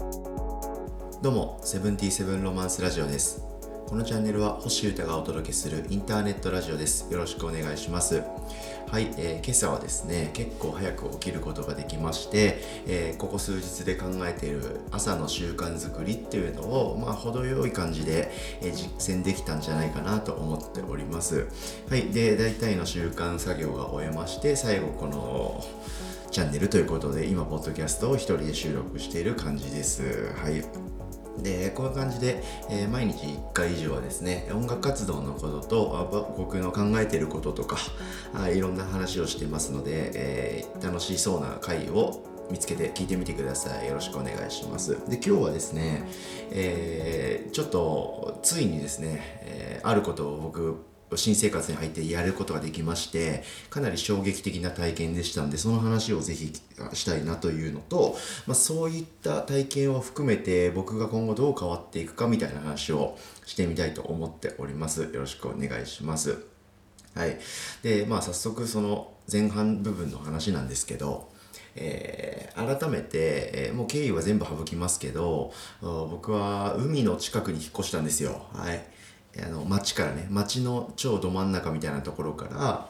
どうも、セブンティーセブンロマンスラジオです。このチャンネルは星優太がお届けするインターネットラジオです。よろしくお願いします。はい、今朝はですね、結構早く起きることができまして、ここ数日で考えている朝の習慣作りっていうのを、程よい感じで、実践できたんじゃないかなと思っております。はい、で、大体の習慣作業が終えまして、最後このチャンネルということで、今ポッドキャストを一人で収録している感じです。はい。でこういう感じで、毎日1回以上はですね、音楽活動のことと僕の考えていることとかいろんな話をしてますので、楽しそうな回を見つけて聞いてみてください。よろしくお願いします。で、今日はですね、ちょっとついにですね、あることを僕新生活に入ってやることができまして、かなり衝撃的な体験でしたんで、その話をぜひしたいなというのと、そういった体験を含めて僕が今後どう変わっていくかみたいな話をしてみたいと思っております。よろしくお願いします。はい。で、早速その前半部分の話なんですけど、改めて、もう経緯は全部省きますけど、僕は海の近くに引っ越したんですよ。はい。町からね、町の超ど真ん中みたいなところから、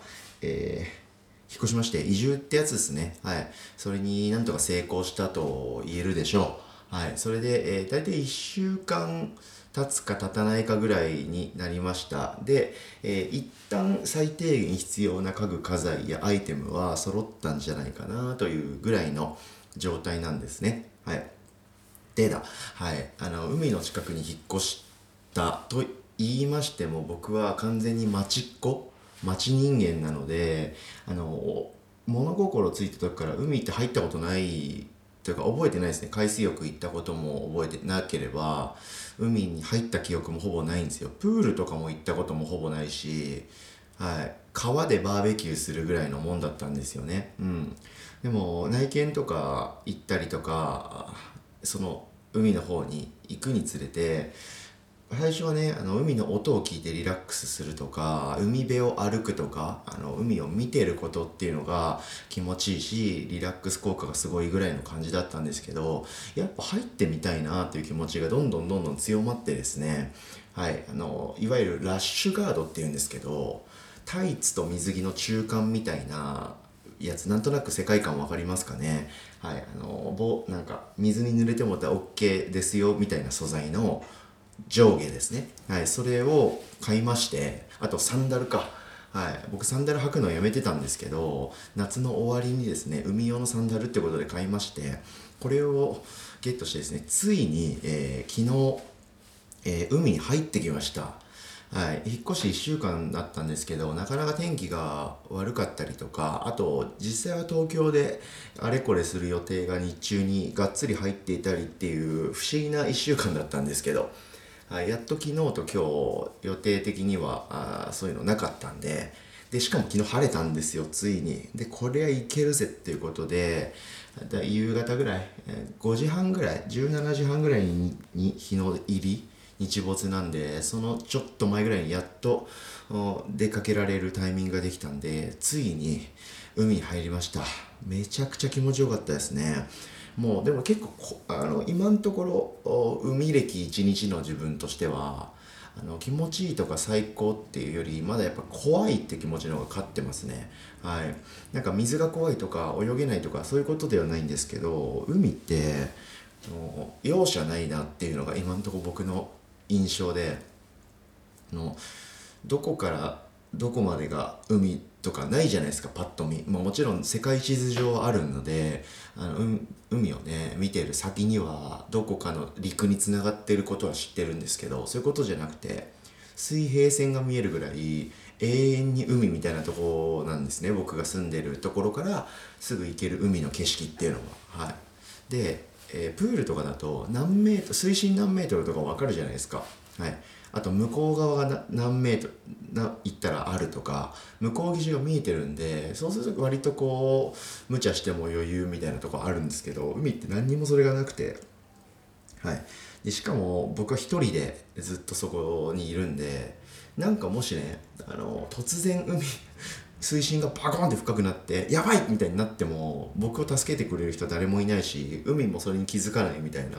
引っ越しまして、移住ってやつですね。はい。それになんとか成功したと言えるでしょう。はい。それで、大体1週間経つか経たないかぐらいになりました。で、一旦最低限必要な家具家財やアイテムは揃ったんじゃないかなというぐらいの状態なんですね。はい。はい。海の近くに引っ越したと言いましても、僕は完全に町人間なので、物心ついた時から海って入ったことないというか覚えてないですね。海水浴行ったことも覚えてなければ、海に入った記憶もほぼないんですよ。プールとかも行ったこともほぼないし、はい、川でバーベキューするぐらいのもんだったんですよね。うん。でも内見とか行ったりとか、その海の方に行くにつれて、最初はね、海の音を聞いてリラックスするとか、海辺を歩くとか、海を見てることっていうのが気持ちいいし、リラックス効果がすごいぐらいの感じだったんですけど、やっぱ入ってみたいなっていう気持ちがどんどんどんどん強まってですね、はい、いわゆるラッシュガードっていうんですけど、タイツと水着の中間みたいなやつ、なんとなく世界観わかりますかね。はい、なんか水に濡れてもらったら OK ですよみたいな素材の上下ですね。はい、それを買いまして、あとサンダルか。はい、僕サンダル履くのやめてたんですけど、夏の終わりにですね、海用のサンダルってことで買いまして、これをゲットしてですね、ついに、昨日、海に入ってきました。はい、引っ越し1週間だったんですけど、なかなか天気が悪かったりとか、あと実際は東京であれこれする予定が日中にがっつり入っていたりっていう不思議な1週間だったんですけど、はい、やっと昨日と今日予定的にはそういうのなかったんで、しかも昨日晴れたんですよ、ついに。で、これはいけるぜっていうことで、夕方ぐらい、5時半ぐらい、17時半ぐらいに日の入り、日没なんで、そのちょっと前ぐらいにやっと出かけられるタイミングができたんで、ついに海に入りました。めちゃくちゃ気持ちよかったですね。もうでも結構今のところ海歴1日の自分としては気持ちいいとか最高っていうより、まだやっぱ怖いって気持ちの方が勝ってますね。はい。なんか水が怖いとか泳げないとかそういうことではないんですけど、海って容赦ないなっていうのが今のところ僕の印象で、のどこからどこまでが海とかないじゃないですか、パッと見。もちろん世界地図上はあるので、海をね見てる先にはどこかの陸につながっていることは知ってるんですけど、そういうことじゃなくて、水平線が見えるぐらい永遠に海みたいなところなんですね、僕が住んでるところからすぐ行ける海の景色っていうのは。はい。で、プールとかだと何メートル、水深何メートルとか分かるじゃないですか。はい。あと向こう側が何メートル行ったらあるとか、向こう岸が見えてるんで、そうすると割とこう無茶しても余裕みたいなとこあるんですけど、海って何にもそれがなくて、はい。でしかも僕は一人でずっとそこにいるんで、なんかもしね、突然水深がバコーンって深くなってやばいみたいになっても、僕を助けてくれる人誰もいないし、海もそれに気づかないみたいな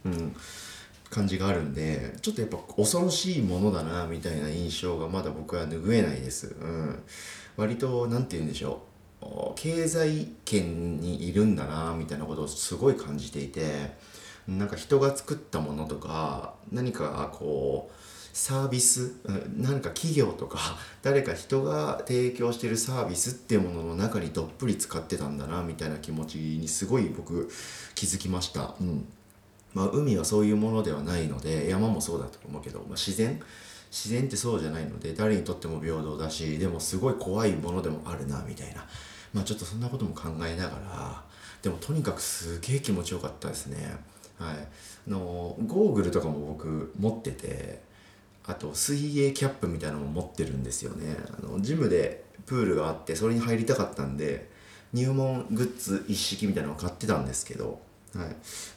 うん、感じがあるんで、ちょっとやっぱ恐ろしいものだなみたいな印象がまだ僕は拭えないです。割となんて言うんでしょう、経済圏にいるんだなみたいなことをすごい感じていて、なんか人が作ったものとか何かこうサービス、なんか企業とか誰か人が提供してるサービスっていうものの中にどっぷり使ってたんだなみたいな気持ちにすごい僕気づきました。海はそういうものではないので、山もそうだと思うけど、自然ってそうじゃないので誰にとっても平等だし、でもすごい怖いものでもあるなみたいな、ちょっとそんなことも考えながら、でもとにかくすげえ気持ちよかったですね。はい。ゴーグルとかも僕持ってて、あと水泳キャップみたいなのも持ってるんですよね。ジムでプールがあってそれに入りたかったんで、入門グッズ一式みたいなのを買ってたんですけど、はい、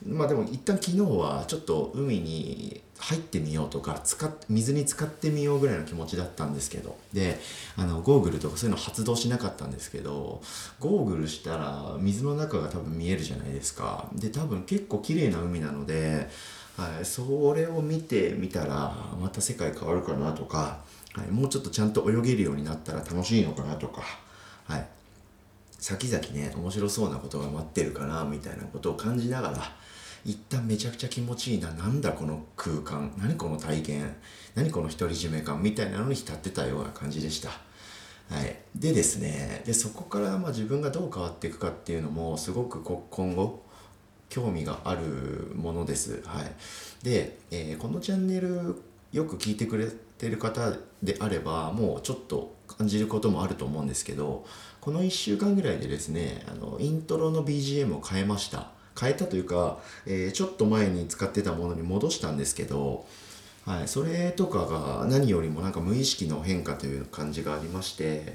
でも一旦昨日はちょっと海に入ってみようとか水に浸かってみようぐらいの気持ちだったんですけど、でゴーグルとかそういうの発動しなかったんですけど、ゴーグルしたら水の中が多分見えるじゃないですか。で多分結構綺麗な海なので、はい、それを見てみたらまた世界変わるかなとか、はい、もうちょっとちゃんと泳げるようになったら楽しいのかなとか、はい、先々ね面白そうなことが待ってるかなみたいなことを感じながら、一旦めちゃくちゃ気持ちいいな、なんだこの空間、何この体験、何この独り占め感みたいなのに浸ってたような感じでした。はい、でですね、そこから自分がどう変わっていくかっていうのもすごく今後興味があるものです。はい。で、このチャンネルよく聞いてくれてる方であればもうちょっと感じることもあると思うんですけど、この1週間ぐらいでですね、イントロの BGM を変えました。変えたというか、ちょっと前に使ってたものに戻したんですけど、はい、それとかが何よりもなんか無意識の変化という感じがありまして、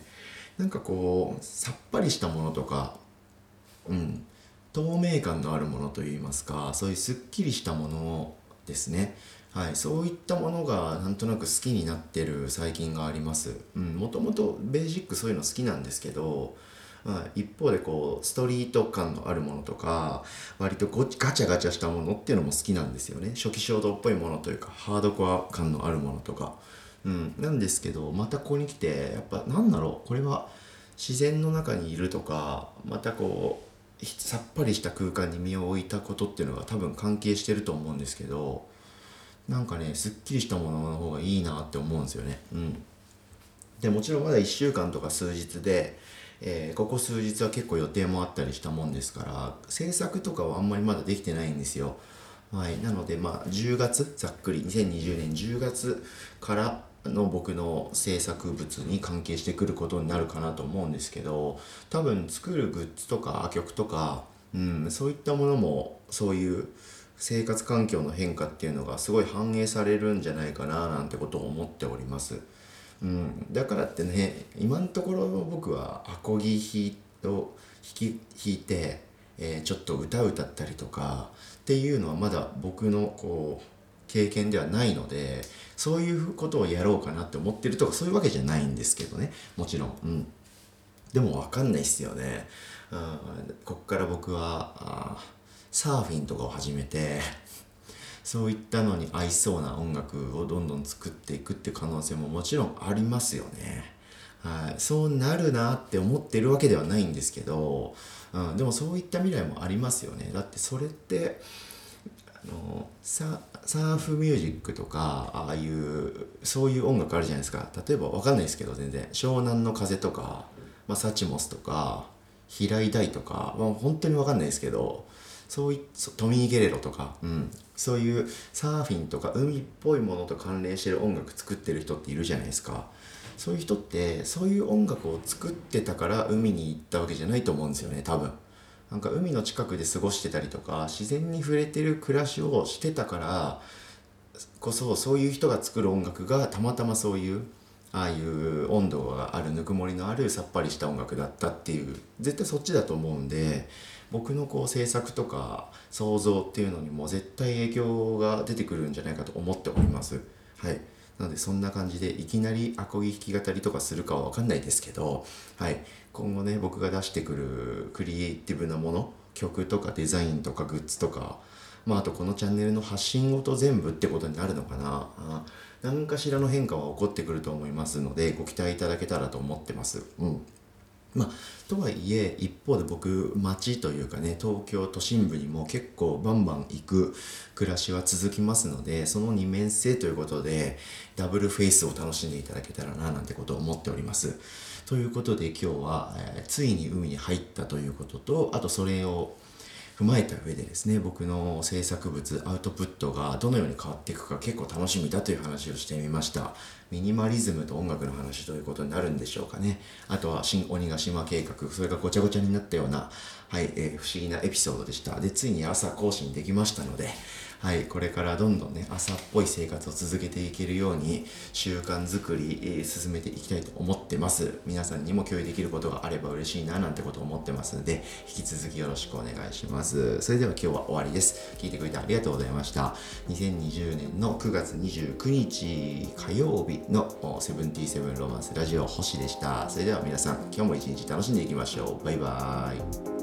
なんかこうさっぱりしたものとか、うん、透明感のあるものといいますか、そういうすっきりしたものですね。はい、そういったものがなんとなく好きになってる最近があります。もともとベーシックそういうの好きなんですけど、一方でこうストリート感のあるものとか割とガチャガチャしたものっていうのも好きなんですよね。初期衝動っぽいものというかハードコア感のあるものとか、なんですけど、またここに来てやっぱなんだろう、これは自然の中にいるとか、またこうさっぱりした空間に身を置いたことっていうのが多分関係してると思うんですけど、なんかねすっきりしたものの方がいいなって思うんですよね。でもちろんまだ1週間とか数日で、ここ数日は結構予定もあったりしたもんですから制作とかはあんまりまだできてないんですよ。はい、なので10月、ざっくり2020年10月からの僕の制作物に関係してくることになるかなと思うんですけど、多分作るグッズとか曲とか、そういったものもそういう生活環境の変化っていうのがすごい反映されるんじゃないかななんてことを思っております。だからってね、今のところ僕はアコギ弾いて、ちょっと歌を歌ったりとかっていうのはまだ僕のこう経験ではないので、そういうことをやろうかなって思ってるとかそういうわけじゃないんですけどね、もちろん。でも分かんないっすよね。こっから僕はサーフィンとかを始めて、そういったのに合いそうな音楽をどんどん作っていくっていう可能性ももちろんありますよね。はい、そうなるなって思ってるわけではないんですけど、でもそういった未来もありますよね。だってそれってサーフミュージックとかああいうそういう音楽あるじゃないですか。例えばわかんないですけど全然湘南の風とか、サチモスとか平井大とか、本当にわかんないですけど、トミー・ゲレロとか、そういうサーフィンとか海っぽいものと関連してる音楽作ってる人っているじゃないですか。そういう人ってそういう音楽を作ってたから海に行ったわけじゃないと思うんですよね、多分。なんか海の近くで過ごしてたりとか自然に触れてる暮らしをしてたからこそ、そういう人が作る音楽がたまたまそういうああいう温度があるぬくもりのあるさっぱりした音楽だったっていう、絶対そっちだと思うんで、僕のこう制作とか想像っていうのにも絶対影響が出てくるんじゃないかと思っております。はい。なのでそんな感じでいきなりアコギ弾き語りとかするかは分かんないですけど、はい、今後ね僕が出してくるクリエイティブなもの、曲とかデザインとかグッズとか、 あとこのチャンネルの発信ごと全部ってことになるのかな。何かしらの変化は起こってくると思いますので、ご期待いただけたらと思ってます。とはいえ一方で僕街というかね、東京都心部にも結構バンバン行く暮らしは続きますので、その二面性ということでダブルフェイスを楽しんでいただけたらななんてことを思っております。ということで今日は、ついに海に入ったということと、あとそれを踏まえた上でですね、僕の制作物アウトプットがどのように変わっていくか結構楽しみだという話をしてみました。ミニマリズムと音楽の話ということになるんでしょうかね。あとは新鬼ヶ島計画、それがごちゃごちゃになったような、不思議なエピソードでした。でついに朝更新できましたので、これからどんどんね朝っぽい生活を続けていけるように習慣づくり、進めていきたいと思ってます。皆さんにも共有できることがあれば嬉しいななんてことを思ってますので、引き続きよろしくお願いします。それでは今日は終わりです。聞いてくれてありがとうございました。2020年の9月29日火曜日のセブンティーセブンロマンスラジオ星でした。それでは皆さん今日も一日楽しんでいきましょう。バイバーイ。